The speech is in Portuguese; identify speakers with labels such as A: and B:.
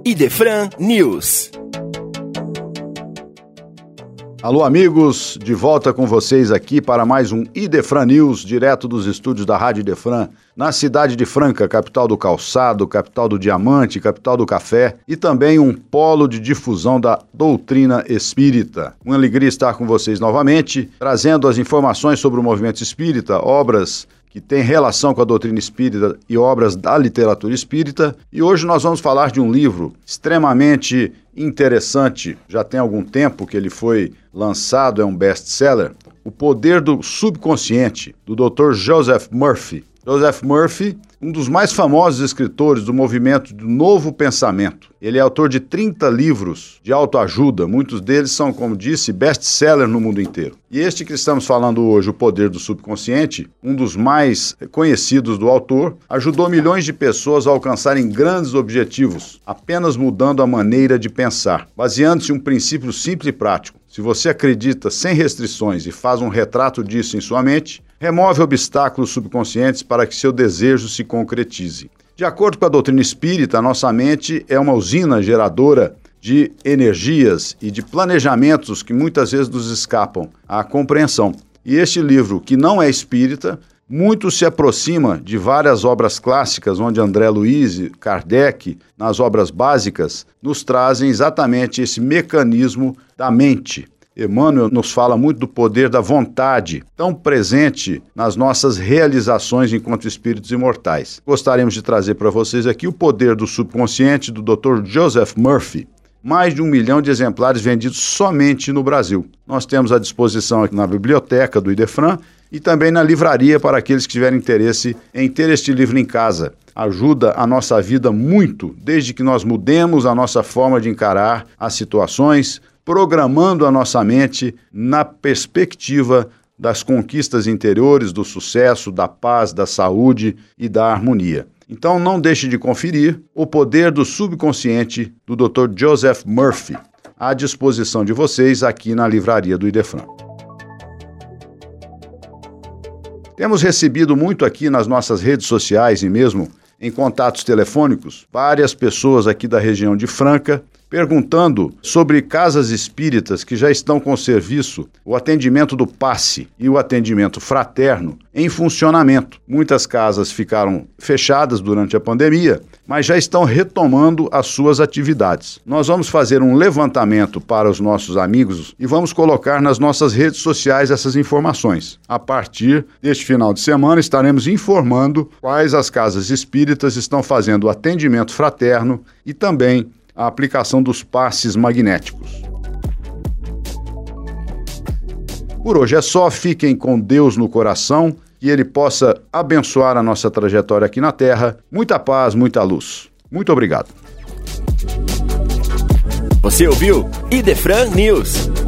A: Idefran News.
B: Alô amigos, de volta com vocês aqui para mais um Idefran News, direto dos estúdios da Rádio Idefran, na cidade de Franca, capital do calçado, capital do diamante, capital do café e também um polo de difusão da doutrina espírita. Uma alegria estar com vocês novamente, trazendo as informações sobre o movimento espírita, obras que tem relação com a doutrina espírita e obras da literatura espírita. E hoje nós vamos falar de um livro extremamente interessante, já tem algum tempo que ele foi lançado, é um best-seller, O Poder do Subconsciente, do Dr. Joseph Murphy. Joseph Murphy, um dos mais famosos escritores do movimento do Novo Pensamento. Ele é autor de 30 livros de autoajuda, muitos deles são, como disse, best-seller no mundo inteiro. E este que estamos falando hoje, O Poder do Subconsciente, um dos mais conhecidos do autor, ajudou milhões de pessoas a alcançarem grandes objetivos, apenas mudando a maneira de pensar, baseando-se em um princípio simples e prático. Se você acredita sem restrições e faz um retrato disso em sua mente, remove obstáculos subconscientes para que seu desejo se concretize. De acordo com a doutrina espírita, a nossa mente é uma usina geradora de energias e de planejamentos que muitas vezes nos escapam à compreensão. E este livro, que não é espírita, muito se aproxima de várias obras clássicas, onde André Luiz e Kardec, nas obras básicas, nos trazem exatamente esse mecanismo da mente. Emmanuel nos fala muito do poder da vontade, tão presente nas nossas realizações enquanto espíritos imortais. Gostaríamos de trazer para vocês aqui O Poder do Subconsciente, do Dr. Joseph Murphy. Mais de 1 milhão de exemplares vendidos somente no Brasil. Nós temos à disposição aqui na biblioteca do Idefran e também na livraria para aqueles que tiverem interesse em ter este livro em casa. Ajuda a nossa vida muito, desde que nós mudemos a nossa forma de encarar as situações, programando a nossa mente na perspectiva das conquistas interiores, do sucesso, da paz, da saúde e da harmonia. Então não deixe de conferir O Poder do Subconsciente, do Dr. Joseph Murphy, à disposição de vocês aqui na livraria do Idefran. Temos recebido muito aqui nas nossas redes sociais e mesmo em contatos telefônicos várias pessoas aqui da região de Franca perguntando sobre casas espíritas que já estão com o serviço, o atendimento do passe e o atendimento fraterno em funcionamento. Muitas casas ficaram fechadas durante a pandemia, mas já estão retomando as suas atividades. Nós vamos fazer um levantamento para os nossos amigos e vamos colocar nas nossas redes sociais essas informações. A partir deste final de semana estaremos informando quais as casas espíritas estão fazendo o atendimento fraterno e também a aplicação dos passes magnéticos. Por hoje é só, fiquem com Deus no coração, que Ele possa abençoar a nossa trajetória aqui na Terra. Muita paz, muita luz. Muito obrigado.
A: Você ouviu Idefran News.